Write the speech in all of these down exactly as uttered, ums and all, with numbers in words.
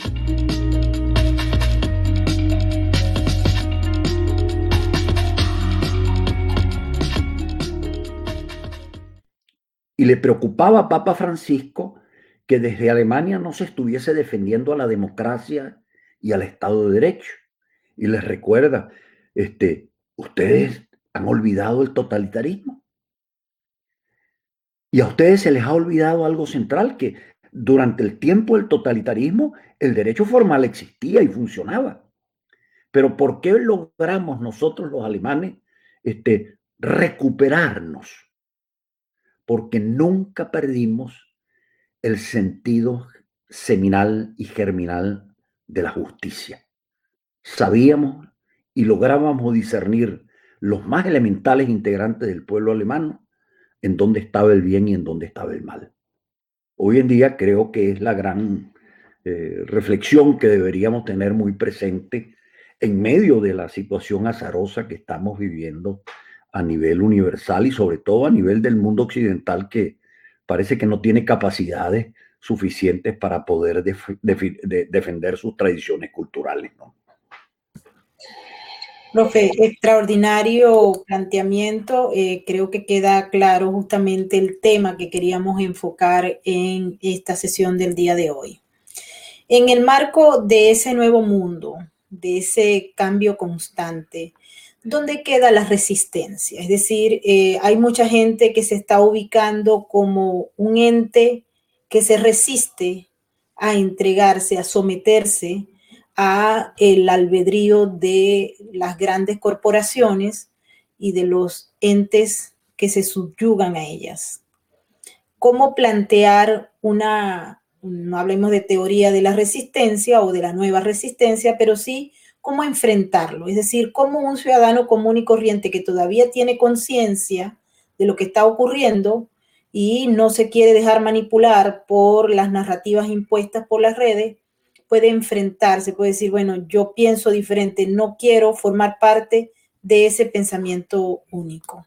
Y le preocupaba a Papa Francisco que desde Alemania no se estuviese defendiendo a la democracia y al Estado de Derecho. Y les recuerda, este, ustedes han olvidado el totalitarismo. Y a ustedes se les ha olvidado algo central, que durante el tiempo del totalitarismo el derecho formal existía y funcionaba. Pero ¿por qué logramos nosotros los alemanes este, recuperarnos? Porque nunca perdimos el sentido seminal y germinal de la justicia. Sabíamos y lográbamos discernir los más elementales integrantes del pueblo alemán en dónde estaba el bien y en dónde estaba el mal. Hoy en día creo que es la gran eh, reflexión que deberíamos tener muy presente en medio de la situación azarosa que estamos viviendo a nivel universal y sobre todo a nivel del mundo occidental, que parece que no tiene capacidades suficientes para poder def def de defender sus tradiciones culturales, ¿no? Profe, extraordinario planteamiento. Eh, creo que queda claro justamente el tema que queríamos enfocar en esta sesión del día de hoy. En el marco de ese nuevo mundo, de ese cambio constante, ¿dónde queda la resistencia? Es decir, eh, hay mucha gente que se está ubicando como un ente que se resiste a entregarse, a someterse a el albedrío de las grandes corporaciones y de los entes que se subyugan a ellas. ¿Cómo plantear una, no hablemos de teoría de la resistencia o de la nueva resistencia, pero sí cómo enfrentarlo? Es decir, cómo un ciudadano común y corriente que todavía tiene conciencia de lo que está ocurriendo y no se quiere dejar manipular por las narrativas impuestas por las redes, puede enfrentarse, puede decir, bueno, yo pienso diferente, no quiero formar parte de ese pensamiento único.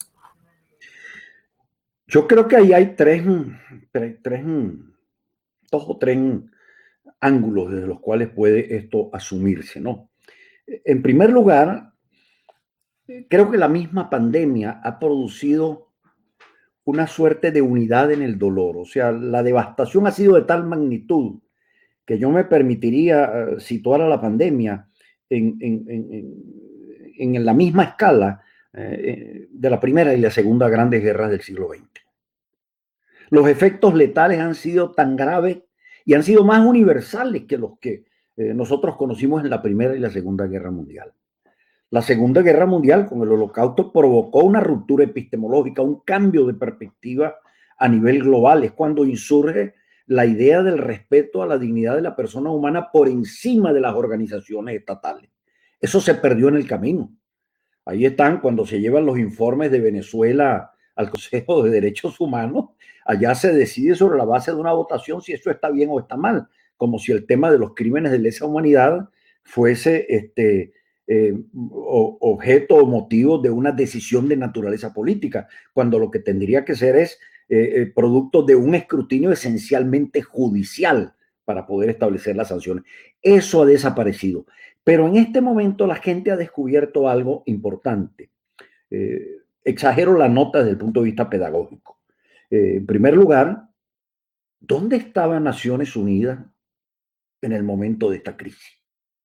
Yo creo que ahí hay tres, tres, tres dos o tres ángulos desde los cuales puede esto asumirse, ¿no? En primer lugar, creo que la misma pandemia ha producido una suerte de unidad en el dolor. O sea, la devastación ha sido de tal magnitud que yo me permitiría uh, situar a la pandemia en, en, en, en la misma escala eh, de la Primera y la Segunda grandes guerras del siglo veinte. Los efectos letales han sido tan graves y han sido más universales que los que eh, nosotros conocimos en la Primera y la Segunda Guerra Mundial. La Segunda Guerra Mundial, con el Holocausto, provocó una ruptura epistemológica, un cambio de perspectiva a nivel global. Es cuando insurge la idea del respeto a la dignidad de la persona humana por encima de las organizaciones estatales. Eso se perdió en el camino. Ahí están cuando se llevan los informes de Venezuela al Consejo de Derechos Humanos. Allá se decide sobre la base de una votación si eso está bien o está mal, como si el tema de los crímenes de lesa humanidad fuese este, eh, objeto o motivo de una decisión de naturaleza política, cuando lo que tendría que ser es eh, producto de un escrutinio esencialmente judicial para poder establecer las sanciones. Eso ha desaparecido. Pero en este momento la gente ha descubierto algo importante. Eh, exagero la nota desde el punto de vista pedagógico. Eh, en primer lugar, ¿dónde estaba Naciones Unidas en el momento de esta crisis?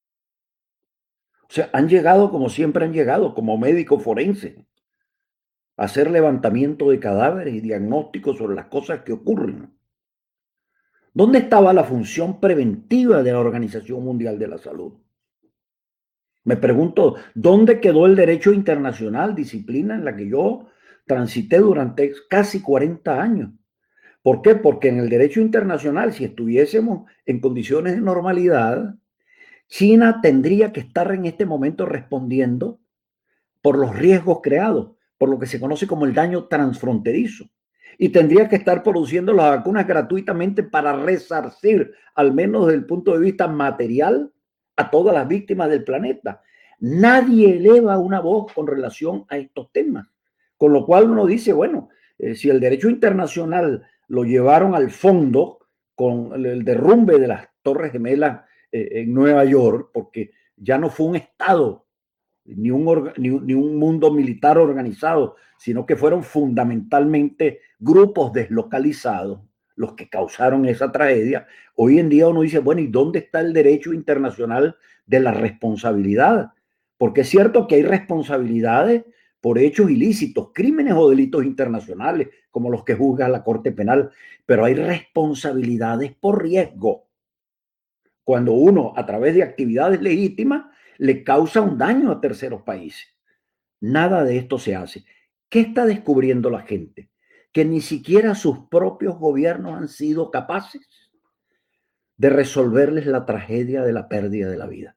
O sea, han llegado como siempre han llegado, como médicos forenses, a hacer levantamiento de cadáveres y diagnósticos sobre las cosas que ocurren. ¿Dónde estaba la función preventiva de la Organización Mundial de la Salud? Me pregunto, ¿dónde quedó el derecho internacional, disciplina en la que yo transité durante casi cuarenta años? ¿Por qué? Porque en el derecho internacional, si estuviésemos en condiciones de normalidad, China tendría que estar en este momento respondiendo por los riesgos creados, por lo que se conoce como el daño transfronterizo. Y tendría que estar produciendo las vacunas gratuitamente para resarcir, al menos desde el punto de vista material, a todas las víctimas del planeta. Nadie eleva una voz con relación a estos temas. Con lo cual uno dice, bueno, eh, si el derecho internacional lo llevaron al fondo con el derrumbe de las Torres Gemelas eh, en Nueva York, porque ya no fue un Estado ni un, ni, ni un mundo militar organizado, sino que fueron fundamentalmente grupos deslocalizados los que causaron esa tragedia. Hoy en día uno dice, bueno, ¿y dónde está el derecho internacional de la responsabilidad? Porque es cierto que hay responsabilidades por hechos ilícitos, crímenes o delitos internacionales, como los que juzga la Corte Penal, pero hay responsabilidades por riesgo. Cuando uno, a través de actividades legítimas, le causa un daño a terceros países. Nada de esto se hace. ¿Qué está descubriendo la gente? Que ni siquiera sus propios gobiernos han sido capaces de resolverles la tragedia de la pérdida de la vida.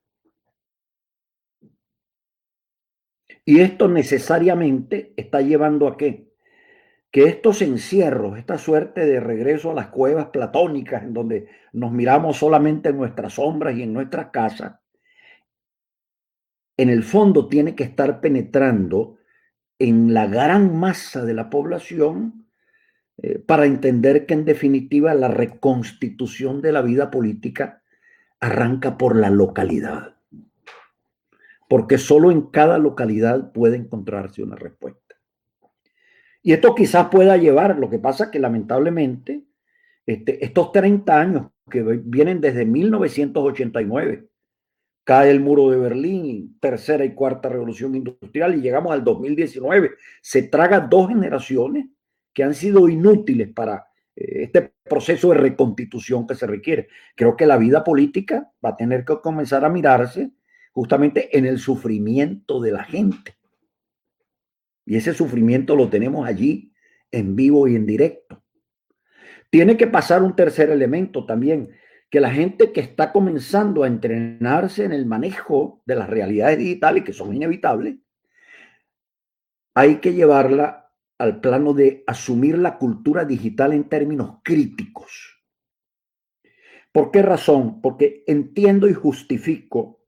Y esto necesariamente está llevando a qué? Que estos encierros, esta suerte de regreso a las cuevas platónicas, en donde nos miramos solamente en nuestras sombras y en nuestras casas, en el fondo tiene que estar penetrando en la gran masa de la población eh, para entender que en definitiva la reconstitución de la vida política arranca por la localidad, porque solo en cada localidad puede encontrarse una respuesta. Y esto quizás pueda llevar, lo que pasa es que lamentablemente este, estos treinta años que vienen desde mil novecientos ochenta y nueve, cae el muro de Berlín, tercera y cuarta revolución industrial y llegamos al dos mil diecinueve. Se traga dos generaciones que han sido inútiles para eh, este proceso de reconstitución que se requiere. Creo que la vida política va a tener que comenzar a mirarse justamente en el sufrimiento de la gente. Y ese sufrimiento lo tenemos allí en vivo y en directo. Tiene que pasar un tercer elemento también, que la gente que está comenzando a entrenarse en el manejo de las realidades digitales, que son inevitables, hay que llevarla al plano de asumir la cultura digital en términos críticos. ¿Por qué razón? Porque entiendo y justifico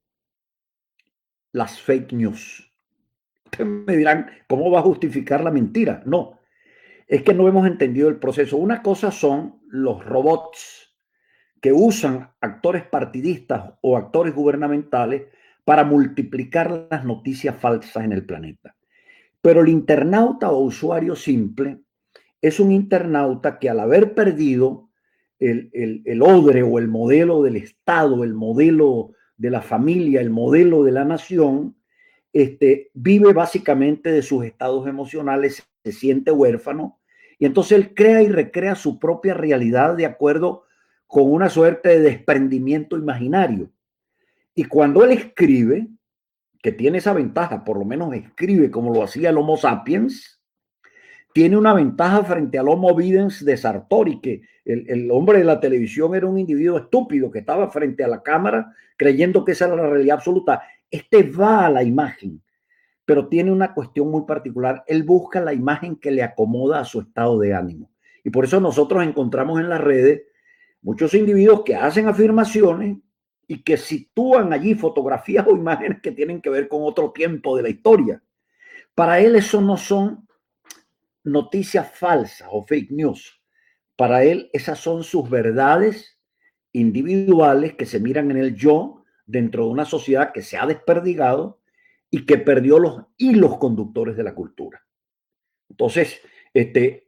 las fake news. Ustedes me dirán, ¿cómo va a justificar la mentira? No, es que no hemos entendido el proceso. Una cosa son los robots que usan actores partidistas o actores gubernamentales para multiplicar las noticias falsas en el planeta. Pero el internauta o usuario simple es un internauta que al haber perdido el, el, el odre o el modelo del Estado, el modelo de la familia, el modelo de la nación, este, vive básicamente de sus estados emocionales, se siente huérfano y entonces él crea y recrea su propia realidad de acuerdo con una suerte de desprendimiento imaginario. Y cuando él escribe, que tiene esa ventaja, por lo menos escribe como lo hacía el Homo sapiens, tiene una ventaja frente al Homo videns de Sartori, que el, el hombre de la televisión era un individuo estúpido que estaba frente a la cámara creyendo que esa era la realidad absoluta. Este va a la imagen, pero tiene una cuestión muy particular. Él busca la imagen que le acomoda a su estado de ánimo. Y por eso nosotros encontramos en las redes muchos individuos que hacen afirmaciones y que sitúan allí fotografías o imágenes que tienen que ver con otro tiempo de la historia. Para él eso no son noticias falsas o fake news. Para él esas son sus verdades individuales que se miran en el yo dentro de una sociedad que se ha desperdigado y que perdió los hilos conductores de la cultura. Entonces, este,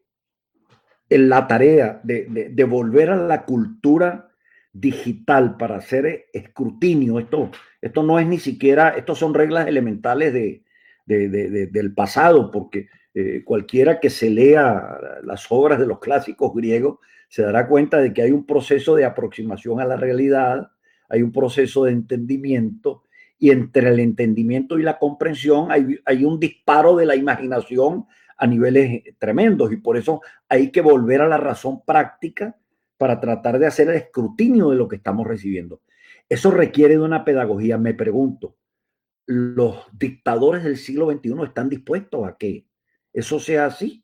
en la tarea de, de, de volver a la cultura digital para hacer escrutinio, esto, esto no es ni siquiera, estos son reglas elementales de, de, de, de del pasado, porque eh, cualquiera que se lea las obras de los clásicos griegos se dará cuenta de que hay un proceso de aproximación a la realidad, hay un proceso de entendimiento, y entre el entendimiento y la comprensión hay, hay un disparo de la imaginación a niveles tremendos, y por eso hay que volver a la razón práctica para tratar de hacer el escrutinio de lo que estamos recibiendo. Eso requiere de una pedagogía. Me pregunto, ¿los dictadores del siglo veintiuno están dispuestos a que eso sea así?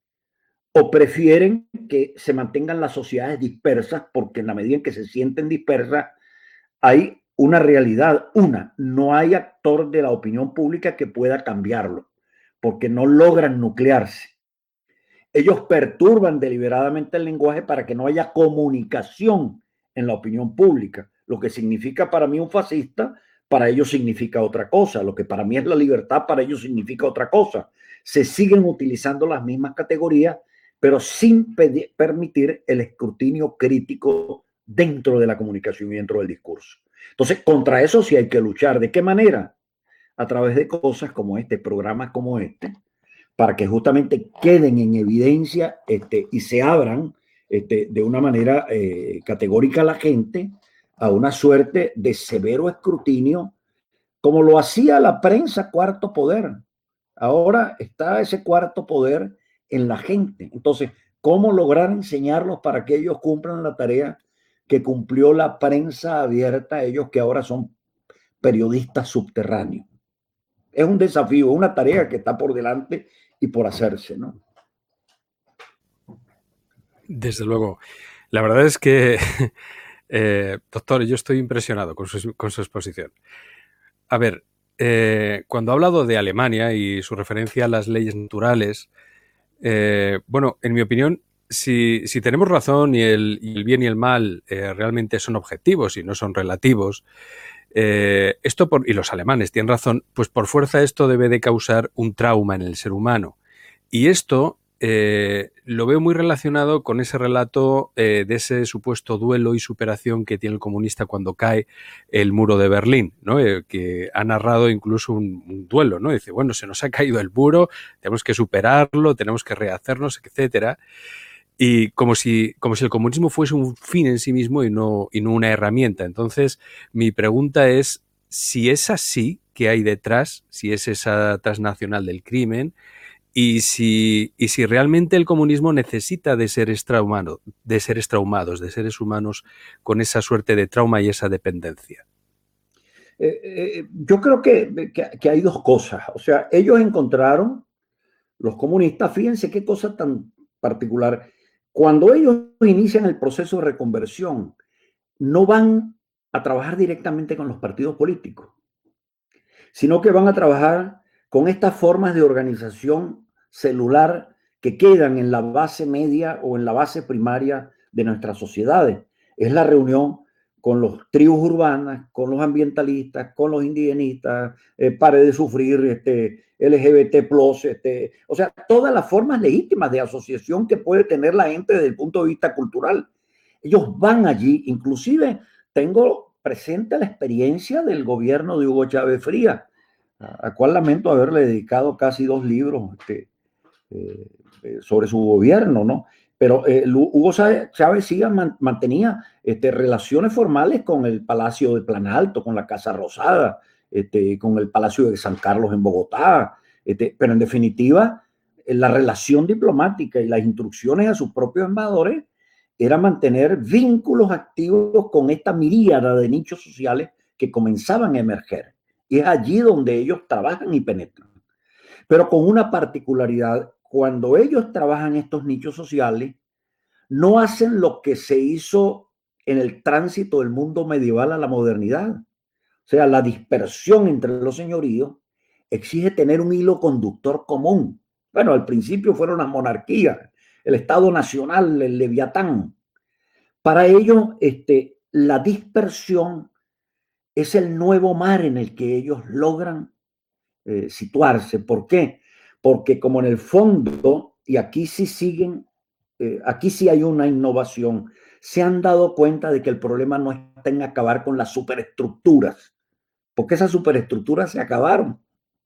¿O prefieren que se mantengan las sociedades dispersas porque en la medida en que se sienten dispersas hay una realidad? Una, no hay actor de la opinión pública que pueda cambiarlo porque no logran nuclearse. Ellos perturban deliberadamente el lenguaje para que no haya comunicación en la opinión pública, Lo que significa para mí un fascista, para ellos significa otra cosa. Lo que para mí es la libertad, para ellos significa otra cosa. Se siguen utilizando las mismas categorías, pero sin permitir el escrutinio crítico dentro de la comunicación y dentro del discurso. Entonces, contra eso sí hay que luchar. ¿De qué manera? A través de cosas como este, programas como este, para que justamente queden en evidencia este, y se abran este, de una manera eh, categórica a la gente a una suerte de severo escrutinio, como lo hacía la prensa Cuarto Poder. Ahora está ese cuarto poder en la gente. Entonces, ¿cómo lograr enseñarlos para que ellos cumplan la tarea que cumplió la prensa abierta, ellos que ahora son periodistas subterráneos? Es un desafío, una tarea que está por delante y por hacerse, ¿no? Desde luego. La verdad es que, eh, doctor, yo estoy impresionado con su, con su exposición. A ver, eh, cuando ha hablado de Alemania y su referencia a las leyes naturales, eh, bueno, en mi opinión, si, si tenemos razón y el, y el bien y el mal eh, realmente son objetivos y no son relativos, eh, esto por, y los alemanes tienen razón, pues por fuerza esto debe de causar un trauma en el ser humano. Y esto eh, lo veo muy relacionado con ese relato eh, de ese supuesto duelo y superación que tiene el comunista cuando cae el muro de Berlín, ¿no? Eh, que ha narrado incluso un, un duelo, ¿no? Dice, bueno, se nos ha caído el muro, tenemos que superarlo, tenemos que rehacernos, etcétera. Y como si, como si el comunismo fuese un fin en sí mismo y no, y no una herramienta. Entonces, mi pregunta es si es así que hay detrás, si es esa transnacional del crimen, y si, y si realmente el comunismo necesita de seres traumados, de seres traumados, de seres humanos con esa suerte de trauma y esa dependencia. Eh, eh, yo creo que, que, que hay dos cosas. O sea, ellos encontraron, los comunistas, fíjense qué cosa tan particular. Cuando ellos inician el proceso de reconversión, no van a trabajar directamente con los partidos políticos, sino que van a trabajar con estas formas de organización celular que quedan en la base media o en la base primaria de nuestras sociedades. Es la reunión con los tribus urbanas, con los ambientalistas, con los indigenistas, eh, pare de sufrir, este, L G B T plus, este, o sea, todas las formas legítimas de asociación que puede tener la gente desde el punto de vista cultural. Ellos van allí, inclusive tengo presente la experiencia del gobierno de Hugo Chávez Frías, a, a cual lamento haberle dedicado casi dos libros este, eh, eh, sobre su gobierno, ¿no? Pero eh, Hugo Chávez sí man, mantenía este, relaciones formales con el Palacio de Planalto, con la Casa Rosada, este, con el Palacio de San Carlos en Bogotá, este, pero en definitiva, la relación diplomática y las instrucciones a sus propios embajadores era mantener vínculos activos con esta miríada de nichos sociales que comenzaban a emerger. Y es allí donde ellos trabajan y penetran. Pero con una particularidad, cuando ellos trabajan estos nichos sociales, no hacen lo que se hizo en el tránsito del mundo medieval a la modernidad. O sea, la dispersión entre los señoríos exige tener un hilo conductor común. Bueno, al principio fueron las monarquías, el Estado Nacional, el Leviatán. Para ellos, este, la dispersión es el nuevo mar en el que ellos logran eh, situarse. ¿Por qué? Porque como en el fondo, y aquí sí siguen, eh, aquí sí hay una innovación, se han dado cuenta de que el problema no está en acabar con las superestructuras, porque esas superestructuras se acabaron.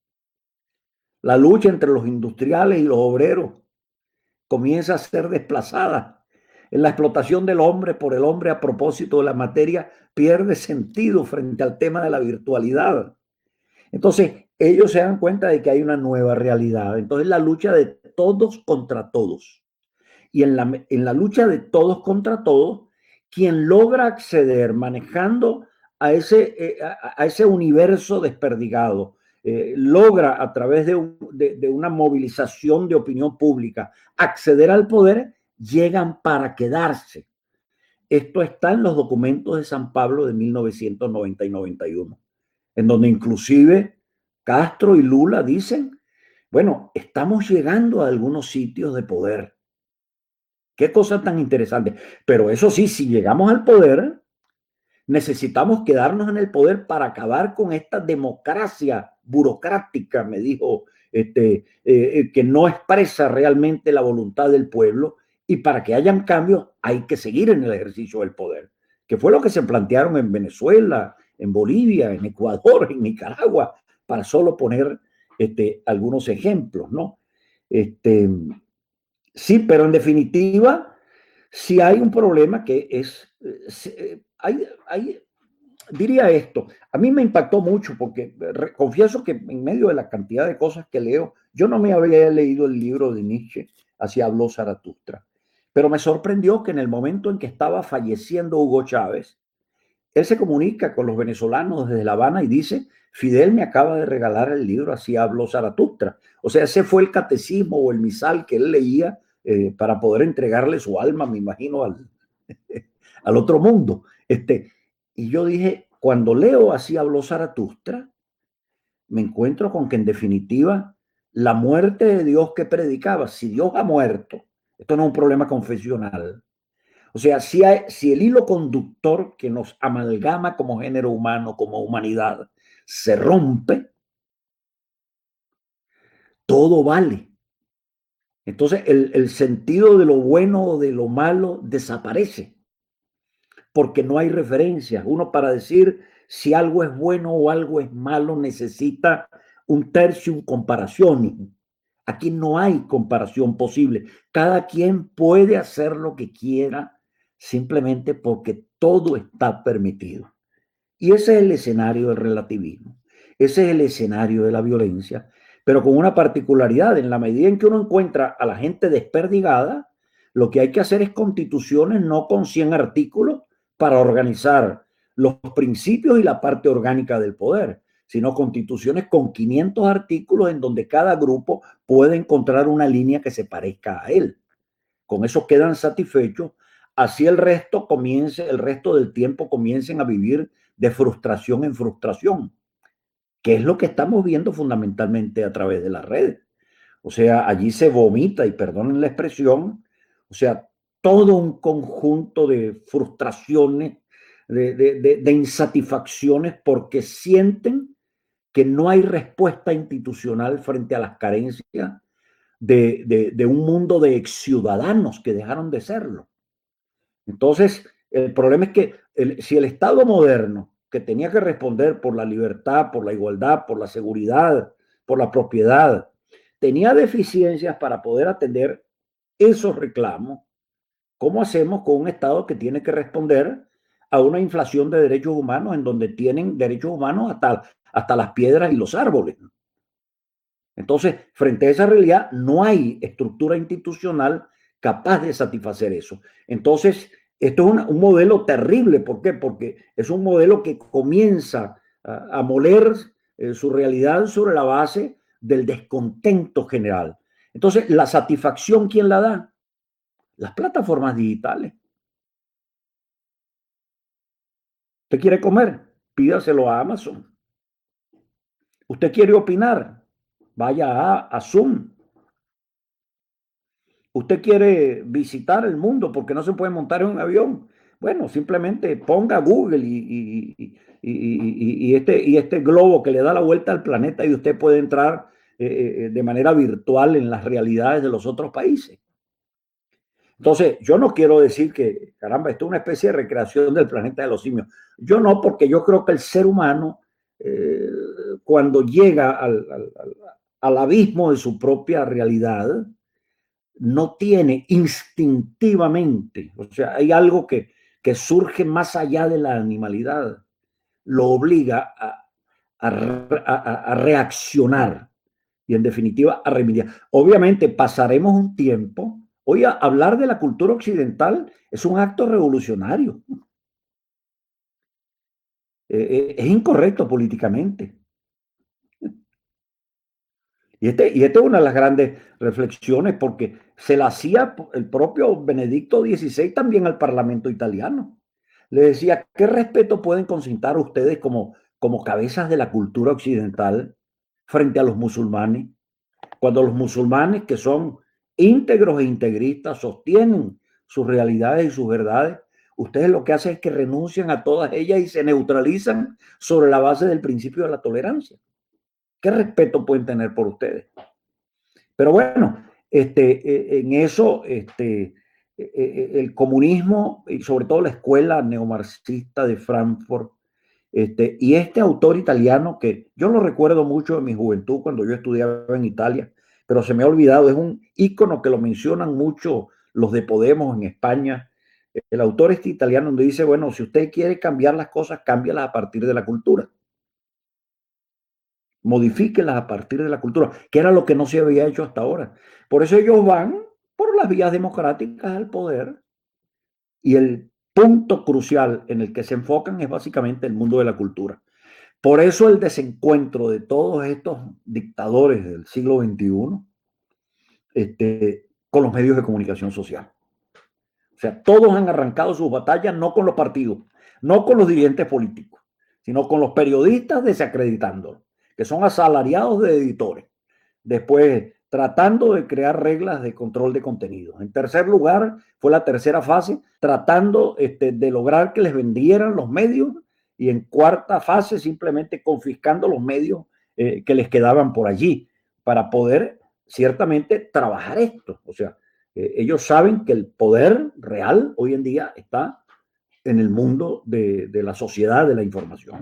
La lucha entre los industriales y los obreros comienza a ser desplazada. En la explotación del hombre por el hombre a propósito de la materia pierde sentido frente al tema de la virtualidad. Entonces, ellos se dan cuenta de que hay una nueva realidad. Entonces, la lucha de todos contra todos. Y en la, en la lucha de todos contra todos, quien logra acceder manejando a ese, eh, a, a ese universo desperdigado, eh, logra a través de, un, de, de una movilización de opinión pública acceder al poder, llegan para quedarse. Esto está en los documentos de San Pablo de mil novecientos noventa y noventa y uno, en donde inclusive Castro y Lula dicen, bueno, estamos llegando a algunos sitios de poder. Qué cosa tan interesante. Pero eso sí, si llegamos al poder, necesitamos quedarnos en el poder para acabar con esta democracia burocrática, me dijo, este, eh, que no expresa realmente la voluntad del pueblo, y para que hayan cambios hay que seguir en el ejercicio del poder, que fue lo que se plantearon en Venezuela, en Bolivia, en Ecuador, en Nicaragua, para solo poner este, algunos ejemplos, ¿no? Este, sí, pero en definitiva, sí hay un problema que es, eh, hay, hay, diría esto, a mí me impactó mucho porque re, confieso que en medio de la cantidad de cosas que leo, yo no me había leído el libro de Nietzsche, así habló Zaratustra, pero me sorprendió que en el momento en que estaba falleciendo Hugo Chávez, él se comunica con los venezolanos desde La Habana y dice, Fidel me acaba de regalar el libro, así habló Zaratustra. O sea, ese fue el catecismo o el misal que él leía eh, para poder entregarle su alma, me imagino, al, al otro mundo. Este, y yo dije, cuando leo así habló Zaratustra, me encuentro con que en definitiva la muerte de Dios que predicaba, si Dios ha muerto, esto no es un problema confesional. O sea, si, hay, si el hilo conductor que nos amalgama como género humano, como humanidad, se rompe, todo vale. Entonces el, el sentido de lo bueno o de lo malo desaparece, porque no hay referencias. Uno para decir si algo es bueno o algo es malo necesita un tercio, comparación. Aquí no hay comparación posible. Cada quien puede hacer lo que quiera simplemente porque todo está permitido. Y ese es el escenario del relativismo. Ese es el escenario de la violencia, pero con una particularidad. En la medida en que uno encuentra a la gente desperdigada, lo que hay que hacer es constituciones no con cien artículos para organizar los principios y la parte orgánica del poder, sino constituciones con quinientos artículos en donde cada grupo puede encontrar una línea que se parezca a él. Con eso quedan satisfechos. Así el resto comience, el resto del tiempo comiencen a vivir de frustración en frustración, que es lo que estamos viendo fundamentalmente a través de las redes. O sea, allí se vomita, y perdonen la expresión, o sea, todo un conjunto de frustraciones, de, de, de, de insatisfacciones, porque sienten que no hay respuesta institucional frente a las carencias de, de, de un mundo de ex ciudadanos que dejaron de serlo. Entonces, el problema es que el, si el Estado moderno, que tenía que responder por la libertad, por la igualdad, por la seguridad, por la propiedad, tenía deficiencias para poder atender esos reclamos, ¿cómo hacemos con un Estado que tiene que responder a una inflación de derechos humanos en donde tienen derechos humanos hasta, hasta las piedras y los árboles? Entonces, frente a esa realidad, no hay estructura institucional capaz de satisfacer eso. Entonces, esto es una, un modelo terrible. ¿Por qué? Porque es un modelo que comienza a, a moler eh, su realidad sobre la base del descontento general. Entonces, la satisfacción, ¿quién la da? Las plataformas digitales. ¿Usted quiere comer? Pídaselo a Amazon. ¿Usted quiere opinar? Vaya a, a Zoom. Usted quiere visitar el mundo porque no se puede montar en un avión. Bueno, simplemente ponga Google y, y, y, y, y, este, y este globo que le da la vuelta al planeta y usted puede entrar eh, de manera virtual en las realidades de los otros países. Entonces, yo no quiero decir que, caramba, esto es una especie de recreación del planeta de los simios. Yo no, porque yo creo que el ser humano, eh, cuando llega al, al, al abismo de su propia realidad, no tiene instintivamente, o sea, hay algo que, que surge más allá de la animalidad, lo obliga a, a, a, a reaccionar y en definitiva a remediar. Obviamente pasaremos un tiempo, hoy a hablar de la cultura occidental es un acto revolucionario, eh, es incorrecto políticamente. Y esta y este es una de las grandes reflexiones, porque se la hacía el propio Benedicto dieciséis también al Parlamento italiano. Le decía, ¿qué respeto pueden consignar ustedes como, como cabezas de la cultura occidental frente a los musulmanes? Cuando los musulmanes, que son íntegros e integristas, sostienen sus realidades y sus verdades, ustedes lo que hacen es que renuncian a todas ellas y se neutralizan sobre la base del principio de la tolerancia. ¿Qué respeto pueden tener por ustedes? Pero bueno, este, en eso este, el comunismo y sobre todo la escuela neomarxista de Frankfurt, este, y este autor italiano que yo lo recuerdo mucho en mi juventud cuando yo estudiaba en Italia, pero se me ha olvidado, es un ícono que lo mencionan mucho los de Podemos en España. El autor este italiano donde dice, bueno, si usted quiere cambiar las cosas, cámbialas a partir de la cultura. Modifíquelas a partir de la cultura, que era lo que no se había hecho hasta ahora. Por eso ellos van por las vías democráticas al poder y el punto crucial en el que se enfocan es básicamente el mundo de la cultura. Por eso el desencuentro de todos estos dictadores del siglo veintiuno este, con los medios de comunicación social. O sea, todos han arrancado sus batallas no con los partidos, no con los dirigentes políticos, sino con los periodistas desacreditándolos, que son asalariados de editores. Después, tratando de crear reglas de control de contenidos. En tercer lugar, fue la tercera fase, tratando este, de lograr que les vendieran los medios. Y en cuarta fase, simplemente confiscando los medios eh, que les quedaban por allí para poder ciertamente trabajar esto. O sea, eh, ellos saben que el poder real hoy en día está en el mundo de, de la sociedad de la información.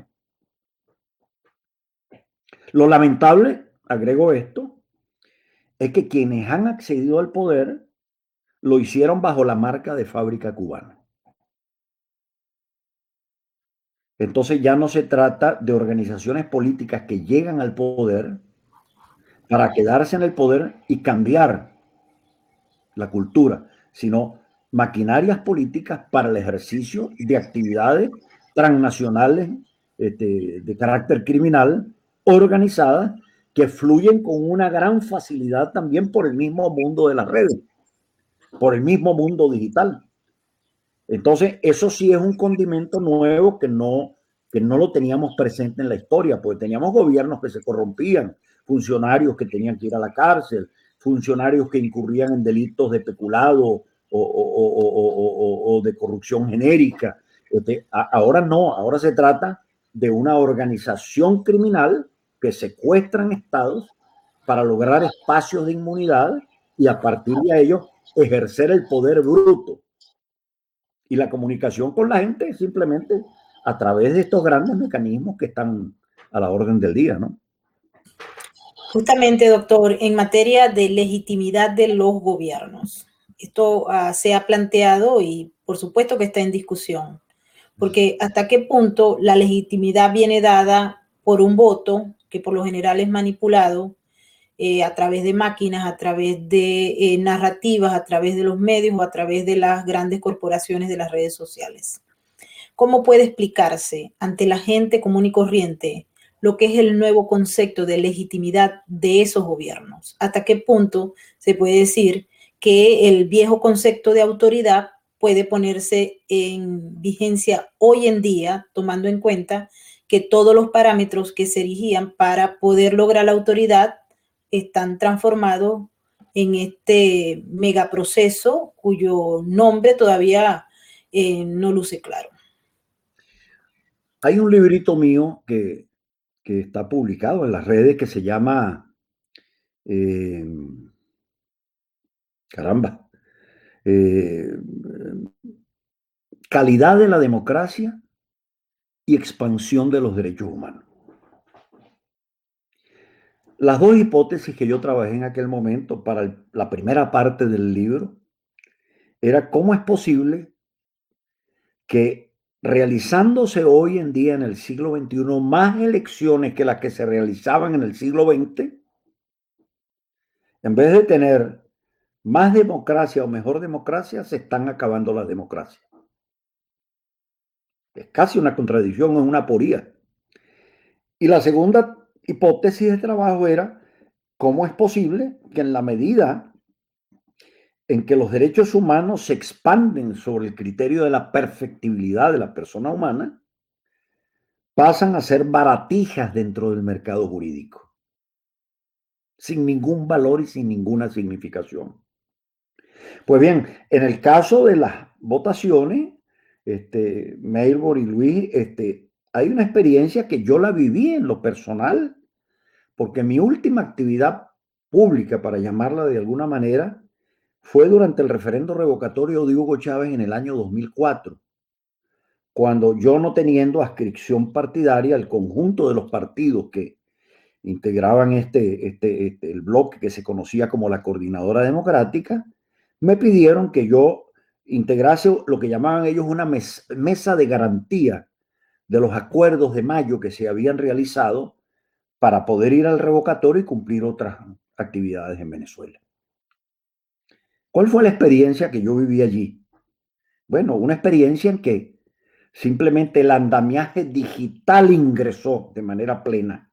Lo lamentable, agrego esto, es que quienes han accedido al poder lo hicieron bajo la marca de Fábrica Cubana. Entonces ya no se trata de organizaciones políticas que llegan al poder para quedarse en el poder y cambiar la cultura, sino maquinarias políticas para el ejercicio de actividades transnacionales este, de carácter criminal organizadas que fluyen con una gran facilidad también por el mismo mundo de las redes, por el mismo mundo digital. Entonces, eso sí es un condimento nuevo que no, que no lo teníamos presente en la historia, porque teníamos gobiernos que se corrompían, funcionarios que tenían que ir a la cárcel, funcionarios que incurrían en delitos de peculado o, o, o, o, o de corrupción genérica. Este, a, ahora no, ahora se trata de una organización criminal que secuestran estados para lograr espacios de inmunidad y a partir de ello ejercer el poder bruto. Y la comunicación con la gente simplemente a través de estos grandes mecanismos que están a la orden del día, ¿no? Justamente, doctor, en materia de legitimidad de los gobiernos, esto uh, se ha planteado y por supuesto que está en discusión, porque hasta qué punto la legitimidad viene dada por un voto que por lo general es manipulado eh, a través de máquinas, a través de eh, narrativas, a través de los medios o a través de las grandes corporaciones de las redes sociales. ¿Cómo puede explicarse ante la gente común y corriente lo que es el nuevo concepto de legitimidad de esos gobiernos? ¿Hasta qué punto se puede decir que el viejo concepto de autoridad puede ponerse en vigencia hoy en día, tomando en cuenta que todos los parámetros que se erigían para poder lograr la autoridad están transformados en este megaproceso cuyo nombre todavía eh, no luce claro? Hay un librito mío que, que está publicado en las redes que se llama, eh, caramba, eh, Calidad de la democracia y expansión de los derechos humanos. Las dos hipótesis que yo trabajé en aquel momento para el, la primera parte del libro era cómo es posible que realizándose hoy en día en el siglo veintiuno más elecciones que las que se realizaban en el siglo veinte, en vez de tener más democracia o mejor democracia, se están acabando las democracias. Es casi una contradicción, es una aporía. Y la segunda hipótesis de trabajo era cómo es posible que en la medida en que los derechos humanos se expanden sobre el criterio de la perfectibilidad de la persona humana, pasan a ser baratijas dentro del mercado jurídico, sin ningún valor y sin ninguna significación. Pues bien, en el caso de las votaciones, este, Melbourne y Luis, este, hay una experiencia que yo la viví en lo personal, porque mi última actividad pública, para llamarla de alguna manera, fue durante el referendo revocatorio de Hugo Chávez en el año dos mil cuatro, cuando yo, no teniendo adscripción partidaria, el conjunto de los partidos que integraban este, este, este, el bloque que se conocía como la Coordinadora Democrática, me pidieron que yo integrase lo que llamaban ellos una mes, mesa de garantía de los acuerdos de mayo que se habían realizado para poder ir al revocatorio y cumplir otras actividades en Venezuela. ¿Cuál fue la experiencia que yo viví allí? Bueno, una experiencia en que simplemente el andamiaje digital ingresó de manera plena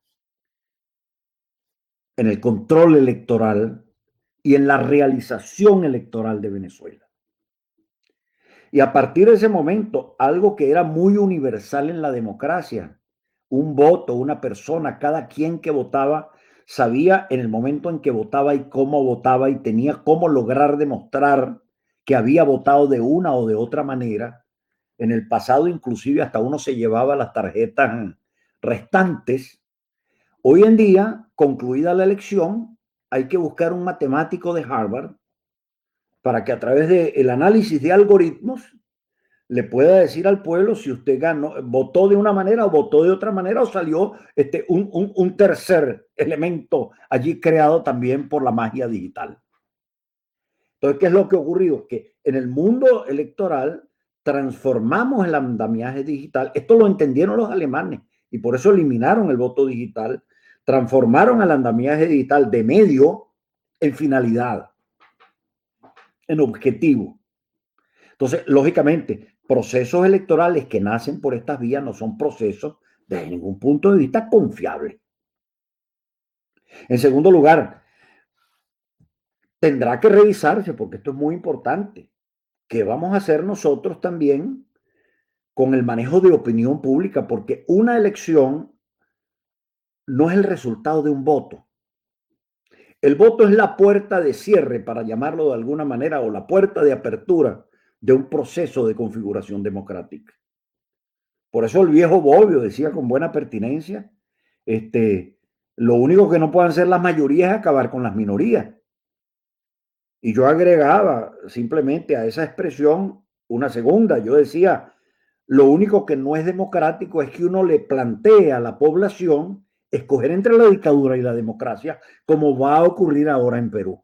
en el control electoral y en la realización electoral de Venezuela. Y a partir de ese momento, algo que era muy universal en la democracia, un voto, una persona, cada quien que votaba sabía en el momento en que votaba y cómo votaba y tenía cómo lograr demostrar que había votado de una o de otra manera. En el pasado inclusive hasta uno se llevaba las tarjetas restantes. Hoy en día, concluida la elección, hay que buscar un matemático de Harvard para que a través del análisis de algoritmos le pueda decir al pueblo si usted ganó, votó de una manera o votó de otra manera, o salió este, un, un, un tercer elemento allí creado también por la magia digital. Entonces, ¿qué es lo que ha ocurrido? Que en el mundo electoral transformamos el andamiaje digital. Esto lo entendieron los alemanes y por eso eliminaron el voto digital. Transformaron el andamiaje digital de medio en finalidad, en objetivo. Entonces, lógicamente, procesos electorales que nacen por estas vías no son procesos desde ningún punto de vista confiables. En segundo lugar, tendrá que revisarse, porque esto es muy importante, qué vamos a hacer nosotros también con el manejo de opinión pública, porque una elección no es el resultado de un voto. El voto es la puerta de cierre, para llamarlo de alguna manera, o la puerta de apertura de un proceso de configuración democrática. Por eso el viejo Bobbio decía con buena pertinencia, este, lo único que no pueden hacer las mayorías es acabar con las minorías. Y yo agregaba simplemente a esa expresión una segunda. Yo decía, lo único que no es democrático es que uno le plantee a la población escoger entre la dictadura y la democracia, como va a ocurrir ahora en Perú.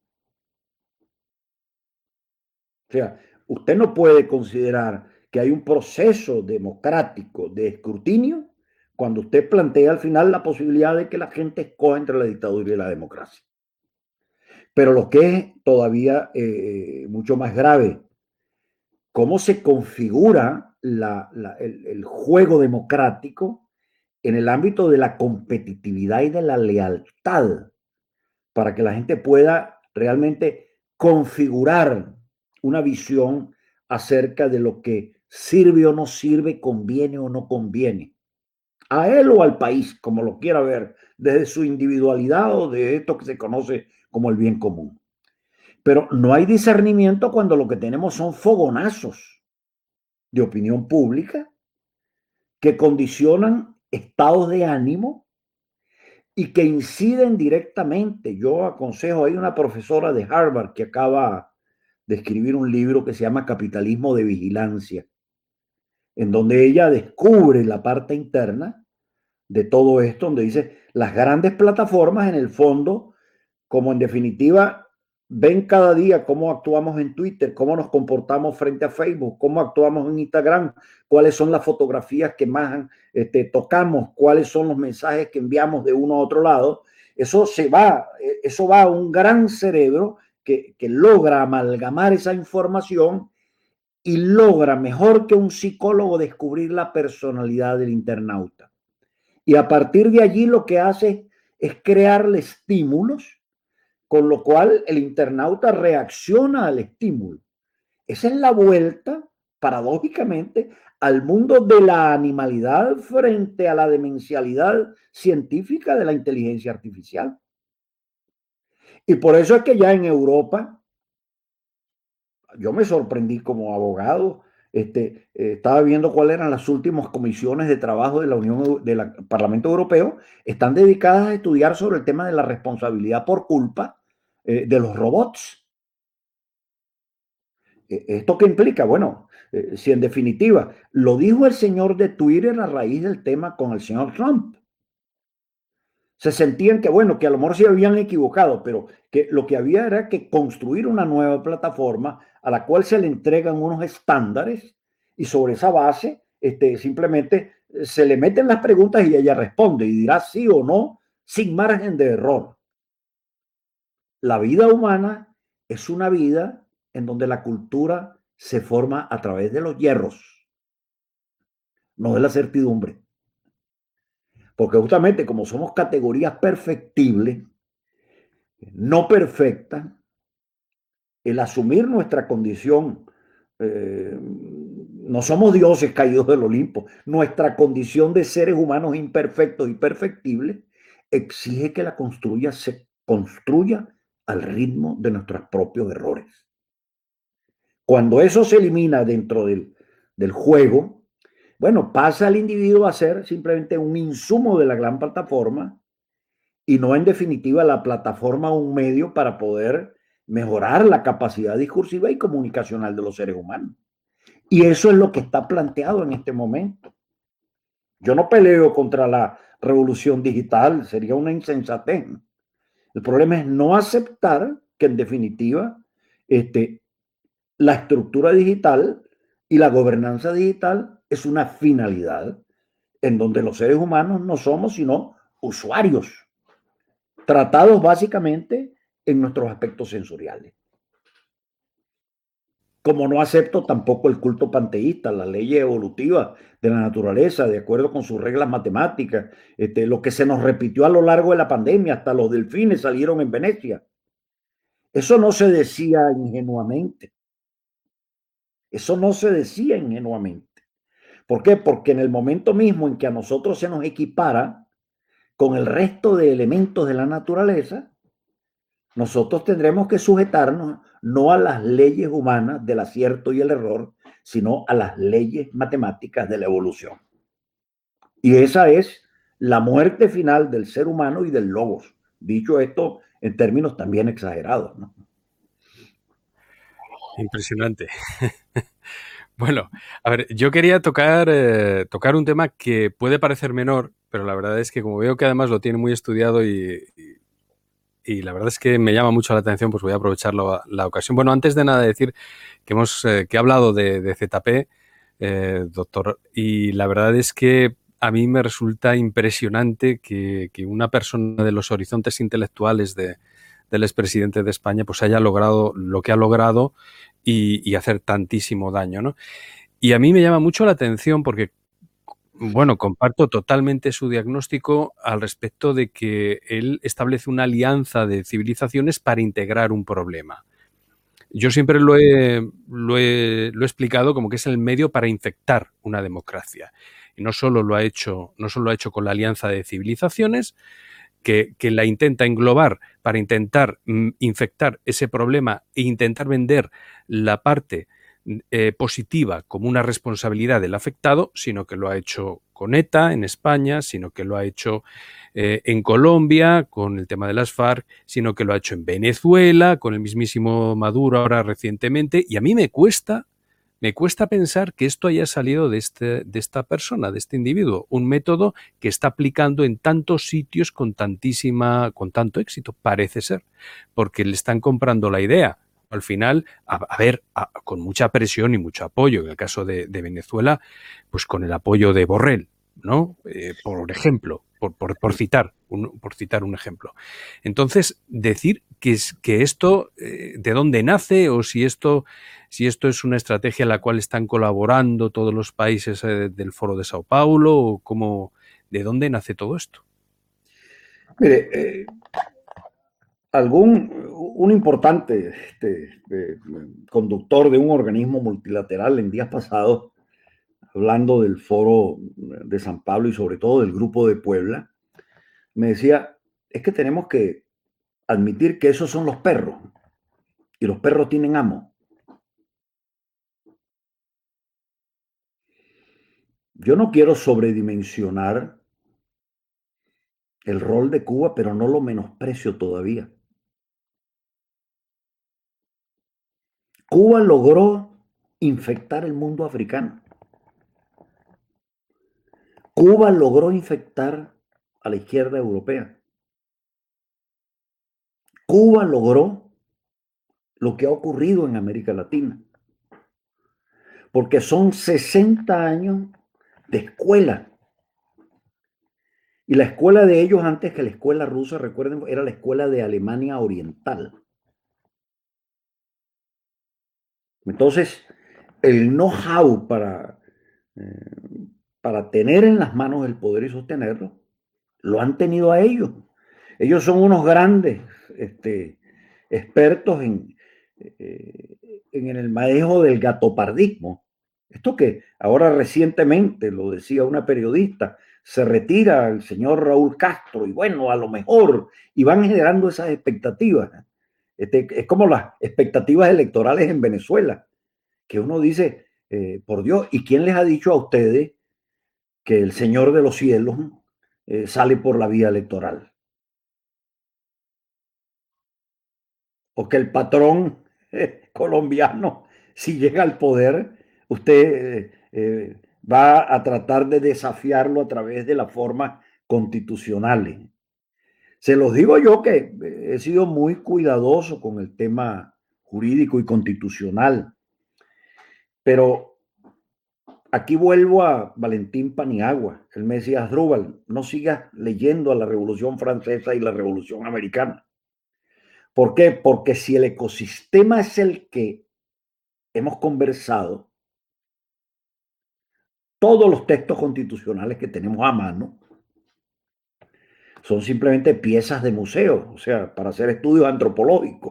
O sea, usted no puede considerar que hay un proceso democrático de escrutinio cuando usted plantea al final la posibilidad de que la gente escoja entre la dictadura y la democracia. Pero lo que es todavía eh, mucho más grave, cómo se configura la, la, el, el juego democrático en el ámbito de la competitividad y de la lealtad, para que la gente pueda realmente configurar una visión acerca de lo que sirve o no sirve, conviene o no conviene, a él o al país, como lo quiera ver, desde su individualidad o de esto que se conoce como el bien común. Pero no hay discernimiento cuando lo que tenemos son fogonazos de opinión pública que condicionan estados de ánimo y que inciden directamente. Yo aconsejo, hay una profesora de Harvard que acaba de escribir un libro que se llama Capitalismo de Vigilancia, en donde ella descubre la parte interna de todo esto, donde dice, las grandes plataformas en el fondo, como en definitiva, ven cada día cómo actuamos en Twitter, cómo nos comportamos frente a Facebook, cómo actuamos en Instagram, cuáles son las fotografías que más este, tocamos, cuáles son los mensajes que enviamos de uno a otro lado. Eso se va, eso va a un gran cerebro que, que logra amalgamar esa información y logra, mejor que un psicólogo, descubrir la personalidad del internauta. Y a partir de allí lo que hace es crearle estímulos, con lo cual el internauta reacciona al estímulo. Esa es la vuelta, paradójicamente, al mundo de la animalidad frente a la demencialidad científica de la inteligencia artificial. Y por eso es que ya en Europa, yo me sorprendí como abogado, este, eh, estaba viendo cuáles eran las últimas comisiones de trabajo de la Unión, del Parlamento Europeo, están dedicadas a estudiar sobre el tema de la responsabilidad por culpa eh, de los robots. ¿Esto qué implica? Bueno, eh, si en definitiva lo dijo el señor de Twitter a raíz del tema con el señor Trump. Se sentían que, bueno, que a lo mejor se habían equivocado, pero que lo que había era que construir una nueva plataforma a la cual se le entregan unos estándares y sobre esa base este, simplemente se le meten las preguntas y ella responde y dirá sí o no sin margen de error. La vida humana es una vida en donde la cultura se forma a través de los hierros, no de la certidumbre. Porque justamente como somos categorías perfectibles, no perfectas, el asumir nuestra condición, eh, no somos dioses caídos del Olimpo, nuestra condición de seres humanos imperfectos y perfectibles exige que la construya, se construya al ritmo de nuestros propios errores. Cuando eso se elimina dentro del, del juego, bueno, pasa al individuo a ser simplemente un insumo de la gran plataforma y no en definitiva la plataforma un medio para poder mejorar la capacidad discursiva y comunicacional de los seres humanos. Y eso es lo que está planteado en este momento. Yo no peleo contra la revolución digital, sería una insensatez. El problema es no aceptar que en definitiva este, la estructura digital y la gobernanza digital es una finalidad en donde los seres humanos no somos sino usuarios, tratados básicamente en nuestros aspectos sensoriales. Como no acepto tampoco el culto panteísta, la ley evolutiva de la naturaleza, de acuerdo con sus reglas matemáticas, este, lo que se nos repitió a lo largo de la pandemia, hasta los delfines salieron en Venecia. Eso no se decía ingenuamente. Eso no se decía ingenuamente. ¿Por qué? Porque en el momento mismo en que a nosotros se nos equipara con el resto de elementos de la naturaleza, nosotros tendremos que sujetarnos no a las leyes humanas del acierto y el error, sino a las leyes matemáticas de la evolución. Y esa es la muerte final del ser humano y del logos. Dicho esto en términos también exagerados, ¿no? Impresionante. Bueno, a ver, yo quería tocar, eh, tocar un tema que puede parecer menor, pero la verdad es que como veo que además lo tiene muy estudiado y, y, y la verdad es que me llama mucho la atención, pues voy a aprovechar la, la ocasión. Bueno, antes de nada decir que hemos eh, que he hablado de, de Z P, eh, doctor, y la verdad es que a mí me resulta impresionante que, que una persona de los horizontes intelectuales de, del expresidente de España pues haya logrado lo que ha logrado y, y hacer tantísimo daño, ¿no? Y a mí me llama mucho la atención porque, bueno, comparto totalmente su diagnóstico al respecto de que él establece una alianza de civilizaciones para integrar un problema. Yo siempre lo he, lo he, lo he explicado como que es el medio para infectar una democracia. Y no solo lo ha hecho, no solo lo ha hecho con la alianza de civilizaciones, que, que la intenta englobar para intentar mm, infectar ese problema e intentar vender la parte eh, positiva como una responsabilidad del afectado, sino que lo ha hecho con ETA en España, sino que lo ha hecho eh, en Colombia con el tema de las FARC, sino que lo ha hecho en Venezuela con el mismísimo Maduro ahora recientemente. Y a mí me cuesta me cuesta pensar que esto haya salido de, este, de esta persona, de este individuo, un método que está aplicando en tantos sitios con tantísima, con tanto éxito, parece ser, porque le están comprando la idea. Al final, a, a ver, a, con mucha presión y mucho apoyo, en el caso de, de Venezuela, pues con el apoyo de Borrell, ¿no? Eh, por ejemplo, por, por, por, citar un, por citar un ejemplo. Entonces, decir que, es, que esto, eh, de dónde nace o si esto, si esto es una estrategia en la cual están colaborando todos los países eh, del Foro de Sao Paulo o cómo, de dónde nace todo esto. Mire, eh, algún, un importante este, eh, conductor de un organismo multilateral en días pasados, hablando del Foro de San Pablo y sobre todo del Grupo de Puebla, me decía, es que tenemos que admitir que esos son los perros y los perros tienen amo. Yo no quiero sobredimensionar el rol de Cuba, pero no lo menosprecio todavía. Cuba logró infectar el mundo africano. Cuba logró infectar a la izquierda europea. Cuba logró lo que ha ocurrido en América Latina. Porque son sesenta años de escuela. Y la escuela de ellos, antes que la escuela rusa, recuerden, era la escuela de Alemania Oriental. Entonces, el know-how para, eh, para tener en las manos el poder y sostenerlo, lo han tenido a ellos. Ellos son unos grandes este, expertos en, eh, en el manejo del gatopardismo. Esto que ahora recientemente, lo decía una periodista, se retira el señor Raúl Castro y bueno, a lo mejor, y van generando esas expectativas. Este, es como las expectativas electorales en Venezuela, que uno dice, eh, por Dios, ¿y quién les ha dicho a ustedes que el Señor de los cielos eh, sale por la vía electoral? O que el patrón eh, colombiano, si llega al poder, usted eh, eh, va a tratar de desafiarlo a través de las formas constitucionales. Se los digo yo que he sido muy cuidadoso con el tema jurídico y constitucional, pero aquí vuelvo a Valentín Paniagua. Él me decía, Asdrúbal, no sigas leyendo a la Revolución Francesa y la Revolución Americana. ¿Por qué? Porque si el ecosistema es el que hemos conversado, todos los textos constitucionales que tenemos a mano son simplemente piezas de museo, o sea, para hacer estudios antropológicos.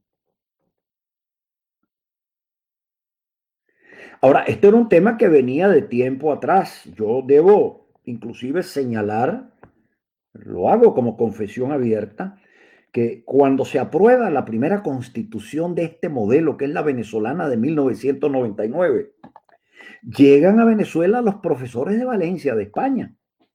Ahora, esto era un tema que venía de tiempo atrás. Yo debo inclusive señalar, lo hago como confesión abierta, que cuando se aprueba la primera constitución de este modelo, que es la venezolana de mil novecientos noventa y nueve, llegan a Venezuela los profesores de Valencia, de España.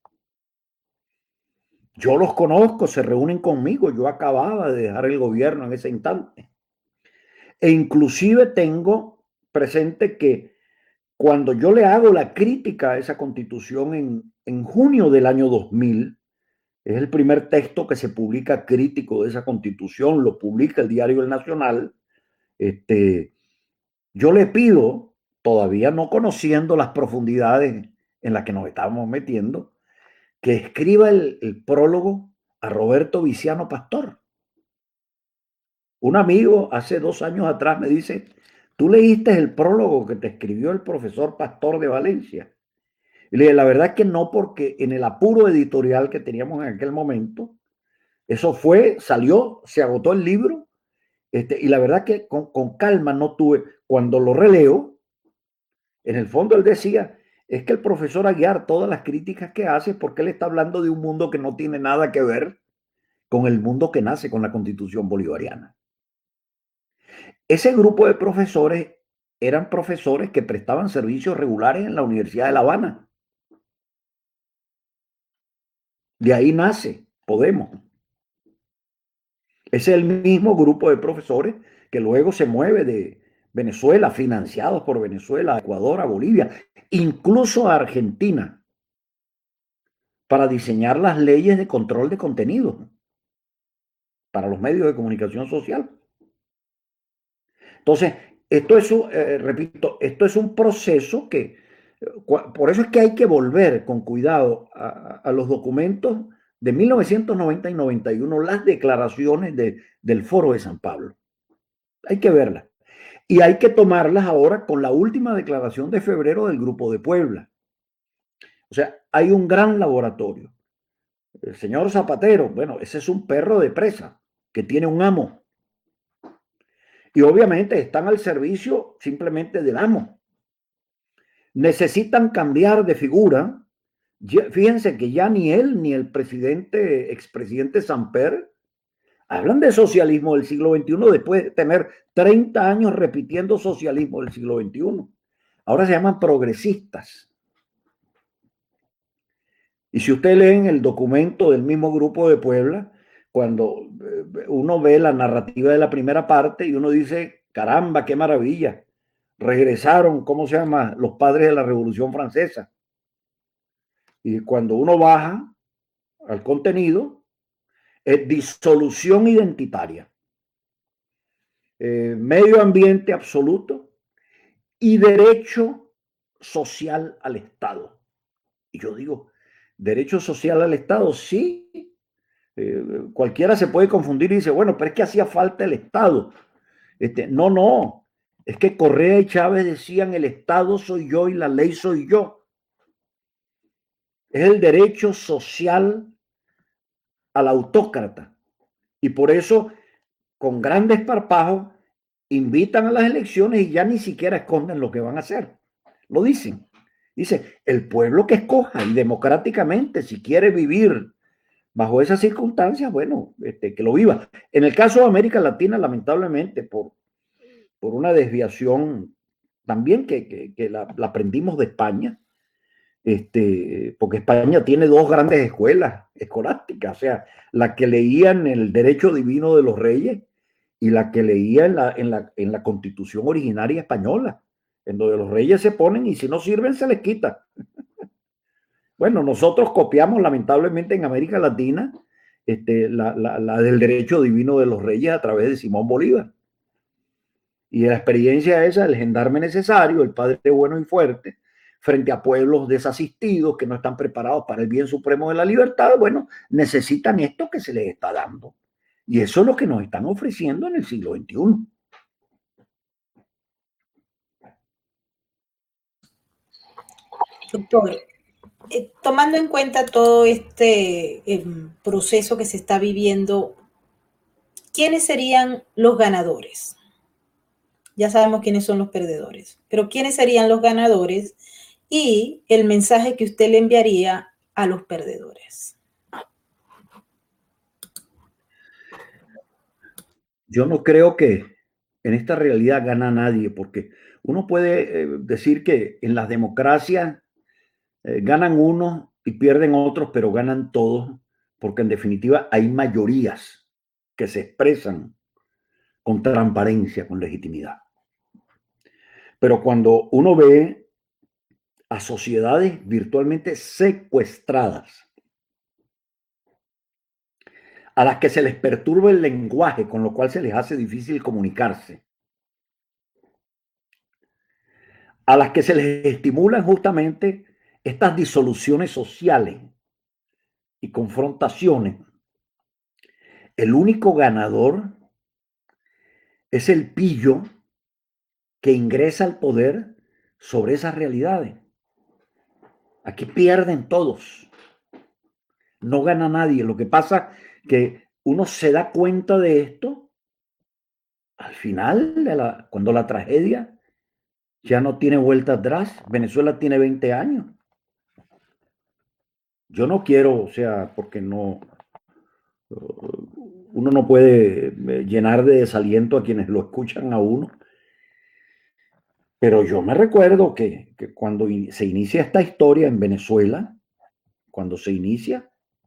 Yo los conozco, se reúnen conmigo, yo acababa de dejar el gobierno en ese instante. E inclusive tengo presente que cuando yo le hago la crítica a esa constitución en, en junio del año dos mil, es el primer texto que se publica crítico de esa constitución, lo publica el diario El Nacional, este, yo le pido, todavía no conociendo las profundidades en las que nos estábamos metiendo, que escriba el, el prólogo a Roberto Viciano Pastor. Un amigo hace dos años atrás me dice, ¿tú leíste el prólogo que te escribió el profesor Pastor de Valencia? Y le dije, la verdad es que no, porque en el apuro editorial que teníamos en aquel momento, eso fue, salió, se agotó el libro, este, y la verdad que con, con calma no tuve, cuando lo releo, en el fondo él decía, es que el profesor Aguiar, todas las críticas que hace, porque él está hablando de un mundo que no tiene nada que ver con el mundo que nace con la Constitución bolivariana. Ese grupo de profesores eran profesores que prestaban servicios regulares en la Universidad de La Habana. De ahí nace Podemos. Es el mismo grupo de profesores que luego se mueve de Venezuela, financiados por Venezuela, a Ecuador, a Bolivia, incluso a Argentina, para diseñar las leyes de control de contenidos para los medios de comunicación social. Entonces, esto es, eh, repito, esto es un proceso que, por eso es que hay que volver con cuidado a, a los documentos de mil novecientos noventa y noventa y uno, las declaraciones de, del Foro de San Pablo. Hay que verlas. Y hay que tomarlas ahora con la última declaración de febrero del Grupo de Puebla. O sea, hay un gran laboratorio. El señor Zapatero, bueno, ese es un perro de presa que tiene un amo. Y obviamente están al servicio simplemente del amo. Necesitan cambiar de figura. Fíjense que ya ni él ni el presidente, expresidente Samper, hablan de socialismo del siglo veintiuno después de tener treinta años repitiendo socialismo del siglo veintiuno. Ahora se llaman progresistas. Y si usted lee en el documento del mismo Grupo de Puebla, cuando uno ve la narrativa de la primera parte y uno dice, caramba, qué maravilla, regresaron, ¿cómo se llama? Los padres de la Revolución Francesa. Y cuando uno baja al contenido, es disolución identitaria, eh, medio ambiente absoluto y derecho social al Estado. Y yo digo, derecho social al Estado, sí. Eh, cualquiera se puede confundir y dice, bueno, pero es que hacía falta el Estado. Este, no, no. Es que Correa y Chávez decían, el Estado soy yo y la ley soy yo. Es el derecho social al autócrata. Y por eso, con grandes desparpajo, invitan a las elecciones y ya ni siquiera esconden lo que van a hacer. Lo dicen. Dice, el pueblo que escoja y democráticamente, si quiere vivir bajo esas circunstancias, bueno, este, que lo viva. En el caso de América Latina, lamentablemente, por, por una desviación también que, que, que la, la aprendimos de España, este, porque España tiene dos grandes escuelas escolásticas, o sea, la que leían el derecho divino de los reyes y la que leía en la, en la, en la constitución originaria española, en donde los reyes se ponen y si no sirven se les quita. Bueno, nosotros copiamos lamentablemente en América Latina este, la, la, la del derecho divino de los reyes a través de Simón Bolívar. Y la experiencia esa, el gendarme necesario, el padre bueno y fuerte, frente a pueblos desasistidos que no están preparados para el bien supremo de la libertad, bueno, necesitan esto que se les está dando. Y eso es lo que nos están ofreciendo en el siglo veintiuno. Doctor, eh, tomando en cuenta todo este eh, proceso que se está viviendo, ¿quiénes serían los ganadores? Ya sabemos quiénes son los perdedores, pero ¿quiénes serían los ganadores? Y el mensaje que usted le enviaría a los perdedores. Yo no creo que en esta realidad gana nadie, porque uno puede eh, decir que en las democracias eh, ganan unos y pierden otros, pero ganan todos, porque en definitiva hay mayorías que se expresan con transparencia, con legitimidad. Pero cuando uno ve a sociedades virtualmente secuestradas, a las que se les perturba el lenguaje, con lo cual se les hace difícil comunicarse, a las que se les estimulan justamente estas disoluciones sociales y confrontaciones, el único ganador es el pillo que ingresa al poder sobre esas realidades. Aquí pierden todos. No gana nadie. Lo que pasa que uno se da cuenta de esto al final, de la, cuando la tragedia ya no tiene vuelta atrás. Venezuela tiene veinte años. Yo no quiero, o sea, porque no, uno no puede llenar de desaliento a quienes lo escuchan a uno. Pero yo me recuerdo que, que cuando se inicia esta historia en Venezuela, cuando se inicia,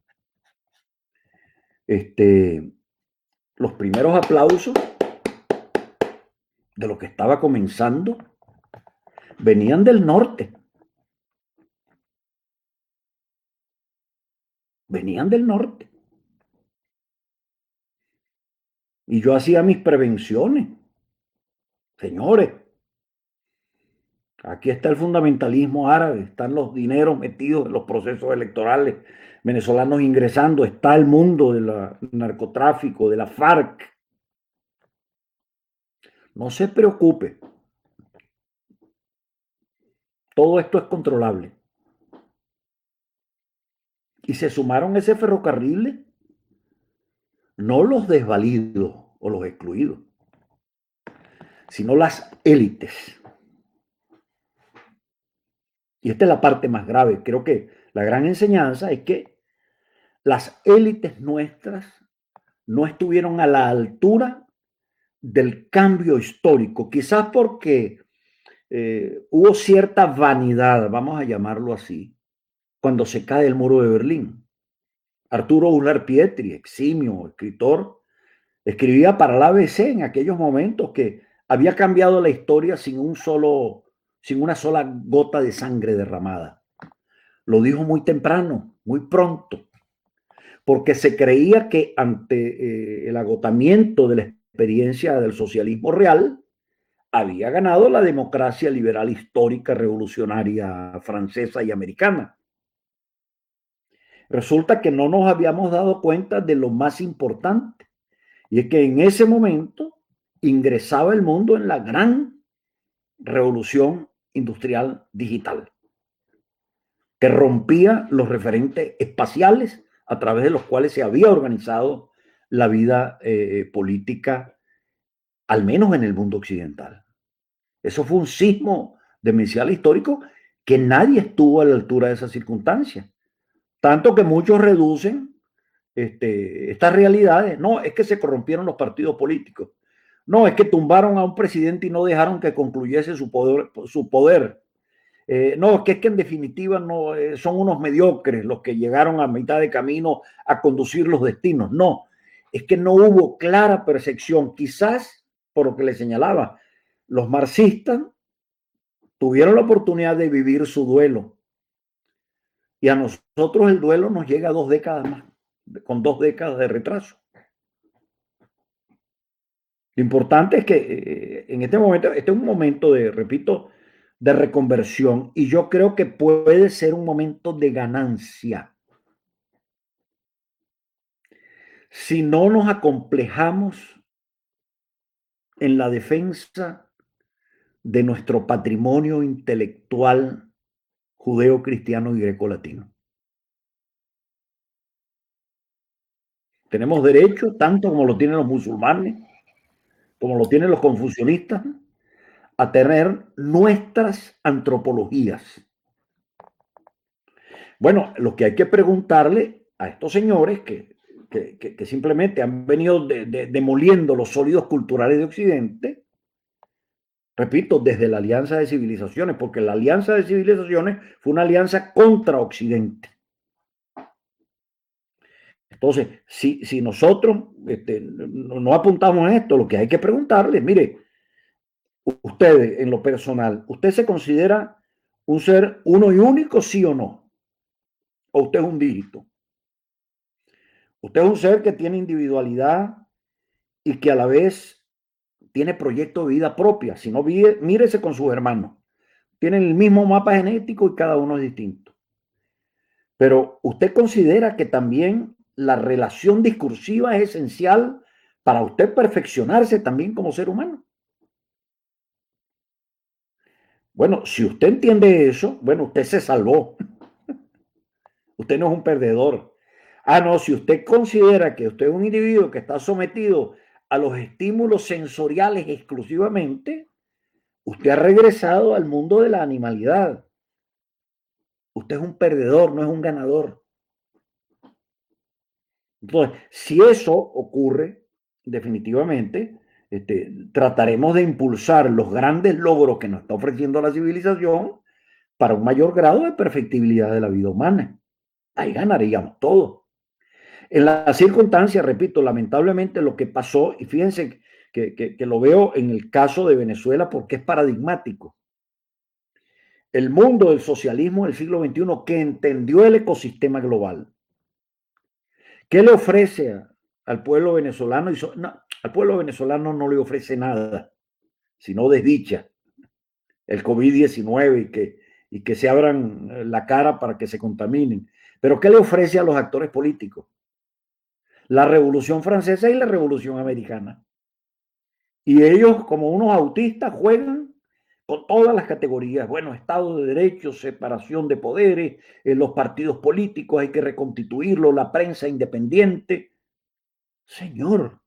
este, los primeros aplausos de lo que estaba comenzando venían del norte. Venían del norte. Y yo hacía mis prevenciones. Señores, aquí está el fundamentalismo árabe, están los dineros metidos en los procesos electorales venezolanos ingresando, está el mundo del narcotráfico, de la FARC. No se preocupe. Todo esto es controlable. Y se sumaron ese ferrocarril, no los desvalidos o los excluidos, sino las élites. Y esta es la parte más grave. Creo que la gran enseñanza es que las élites nuestras no estuvieron a la altura del cambio histórico, quizás porque eh, hubo cierta vanidad, vamos a llamarlo así, cuando se cae el muro de Berlín. Arturo Uslar Pietri, eximio escritor, escribía para la A B C en aquellos momentos que había cambiado la historia sin un solo, sin una sola gota de sangre derramada. Lo dijo muy temprano, muy pronto, porque se creía que ante eh, el agotamiento de la experiencia del socialismo real, había ganado la democracia liberal histórica revolucionaria francesa y americana. Resulta que no nos habíamos dado cuenta de lo más importante, y es que en ese momento ingresaba el mundo en la gran revolución industrial digital, que rompía los referentes espaciales a través de los cuales se había organizado la vida eh, política, al menos en el mundo occidental. Eso fue un sismo demencial histórico que nadie estuvo a la altura de esa circunstancia. Tanto que muchos reducen este, estas realidades. No, es que se corrompieron los partidos políticos. No, es que tumbaron a un presidente y no dejaron que concluyese su poder. Su poder. Eh, no, es que, es que en definitiva no, eh, son unos mediocres los que llegaron a mitad de camino a conducir los destinos. No, es que no hubo clara percepción. Quizás, por lo que le señalaba, los marxistas tuvieron la oportunidad de vivir su duelo. Y a nosotros el duelo nos llega a dos décadas más, con dos décadas de retraso. Lo importante es que eh, en este momento, este es un momento de, repito, de reconversión, y yo creo que puede ser un momento de ganancia. Si no nos acomplejamos en la defensa de nuestro patrimonio intelectual judeo-cristiano y grecolatino. Tenemos derecho, tanto como lo tienen los musulmanes, como lo tienen los confucianistas, a tener nuestras antropologías. Bueno, lo que hay que preguntarle a estos señores que, que, que, que simplemente han venido de, de, demoliendo los sólidos culturales de Occidente, repito, desde la Alianza de Civilizaciones, porque la Alianza de Civilizaciones fue una alianza contra Occidente. Entonces, si, si nosotros este, no, no apuntamos a esto, lo que hay que preguntarle, mire, ustedes en lo personal, ¿usted se considera un ser uno y único, sí o no? ¿O usted es un dígito? Usted es un ser que tiene individualidad y que a la vez tiene proyecto de vida propia. Si no, mírese con sus hermanos. Tienen el mismo mapa genético y cada uno es distinto. Pero usted considera que también la relación discursiva es esencial para usted perfeccionarse también como ser humano. Bueno, si usted entiende eso, bueno, usted se salvó. Usted no es un perdedor. Ah, no, si usted considera que usted es un individuo que está sometido a los estímulos sensoriales exclusivamente, usted ha regresado al mundo de la animalidad. Usted es un perdedor, no es un ganador. Entonces, si eso ocurre, definitivamente, este, trataremos de impulsar los grandes logros que nos está ofreciendo la civilización para un mayor grado de perfectibilidad de la vida humana. Ahí ganaríamos todo. En la circunstancia, repito, lamentablemente lo que pasó, y fíjense que, que, que lo veo en el caso de Venezuela porque es paradigmático. El mundo del socialismo del siglo veintiuno que entendió el ecosistema global. ¿Qué le ofrece a, al pueblo venezolano? Y so, no, al pueblo venezolano no le ofrece nada, sino desdicha. El COVID diecinueve y que, y que se abran la cara para que se contaminen. Pero ¿qué le ofrece a los actores políticos? La Revolución Francesa y la Revolución Americana. Y ellos, como unos autistas, juegan con todas las categorías. Bueno, Estado de Derecho, separación de poderes, eh, los partidos políticos hay que reconstituirlo, la prensa independiente. Señor,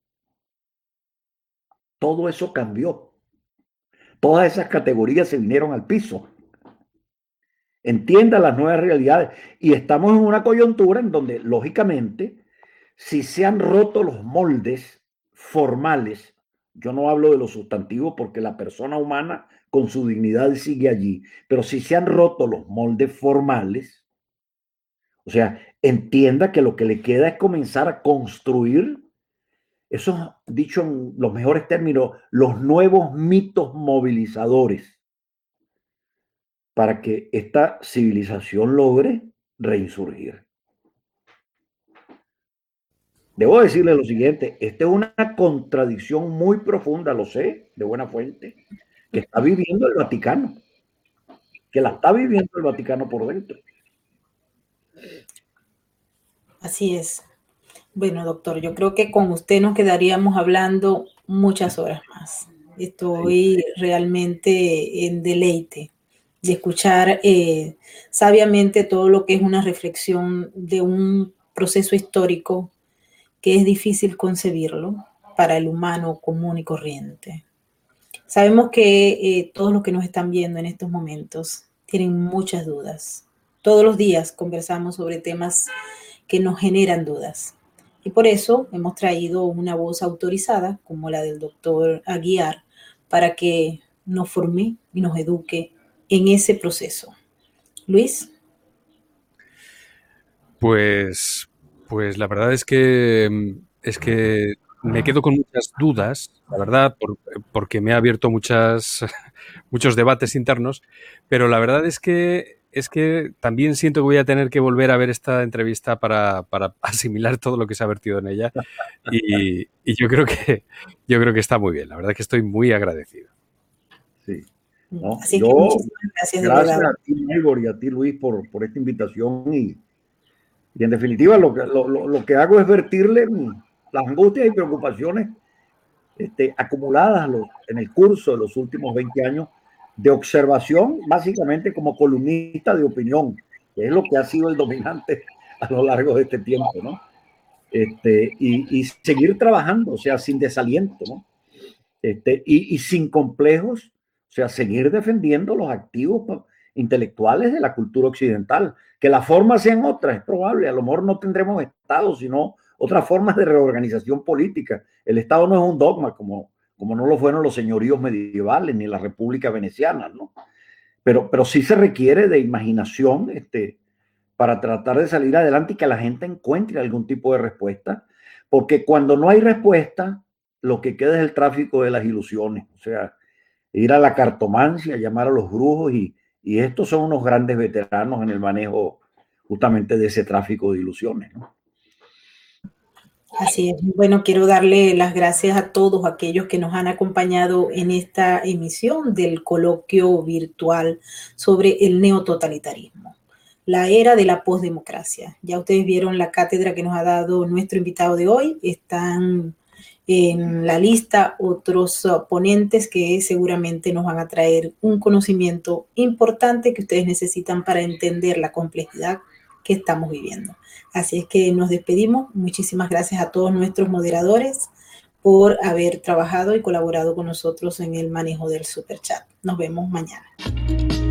todo eso cambió. Todas esas categorías se vinieron al piso. Entienda las nuevas realidades. Y estamos en una coyuntura en donde, lógicamente, si se han roto los moldes formales, yo no hablo de los sustantivos porque la persona humana con su dignidad sigue allí, pero si se han roto los moldes formales, O sea, entienda que lo que le queda es comenzar a construir, esos, dicho en los mejores términos, los nuevos mitos movilizadores para que esta civilización logre reinsurgir. Debo decirle lo siguiente, esta es una contradicción muy profunda, lo sé, de buena fuente, que está viviendo el Vaticano, que la está viviendo el Vaticano por dentro. Así es. Bueno, doctor, yo creo que con usted nos quedaríamos hablando muchas horas más. Estoy sí. realmente en deleite de escuchar eh, sabiamente todo lo que es una reflexión de un proceso histórico que es difícil concebirlo para el humano común y corriente. Sabemos que eh, todos los que nos están viendo en estos momentos tienen muchas dudas. Todos los días conversamos sobre temas que nos generan dudas. Y por eso hemos traído una voz autorizada, como la del doctor Aguiar, para que nos forme y nos eduque en ese proceso. Luis. Pues, pues la verdad es que, es que me quedo con muchas dudas, la verdad, por, porque me ha abierto muchas, muchos debates internos, pero la verdad es que es que también siento que voy a tener que volver a ver esta entrevista para, para asimilar todo lo que se ha vertido en ella y, y yo creo que yo creo que está muy bien. La verdad es que estoy muy agradecido. Sí. No, Así yo, que muchísimas gracias. Gracias de verdad. a ti, Igor, y a ti, Luis, por, por esta invitación y, y en definitiva lo que, lo, lo, lo que hago es vertirle las angustias y preocupaciones este, acumuladas los, en el curso de los últimos veinte años de observación, básicamente como columnista de opinión, que es lo que ha sido el dominante a lo largo de este tiempo, ¿no? Este, y, y seguir trabajando, o sea, sin desaliento, ¿no? Este, y, y sin complejos, o sea, seguir defendiendo los activos intelectuales de la cultura occidental. Que las formas sean otras, es probable, a lo mejor no tendremos Estado, sino otras formas de reorganización política. El Estado no es un dogma, como, como no lo fueron los señoríos medievales ni la República Veneciana, ¿no? Pero, pero sí se requiere de imaginación este, para tratar de salir adelante y que la gente encuentre algún tipo de respuesta, porque cuando no hay respuesta, lo que queda es el tráfico de las ilusiones, o sea, ir a la cartomancia, llamar a los brujos, y, y estos son unos grandes veteranos en el manejo justamente de ese tráfico de ilusiones, ¿no? Así es. Bueno, quiero darle las gracias a todos aquellos que nos han acompañado en esta emisión del coloquio virtual sobre el neototalitarismo, la era de la posdemocracia. Ya ustedes vieron la cátedra que nos ha dado nuestro invitado de hoy. Están en la lista otros ponentes que seguramente nos van a traer un conocimiento importante que ustedes necesitan para entender la complejidad que estamos viviendo. Así es que nos despedimos. Muchísimas gracias a todos nuestros moderadores por haber trabajado y colaborado con nosotros en el manejo del Super Chat. Nos vemos mañana.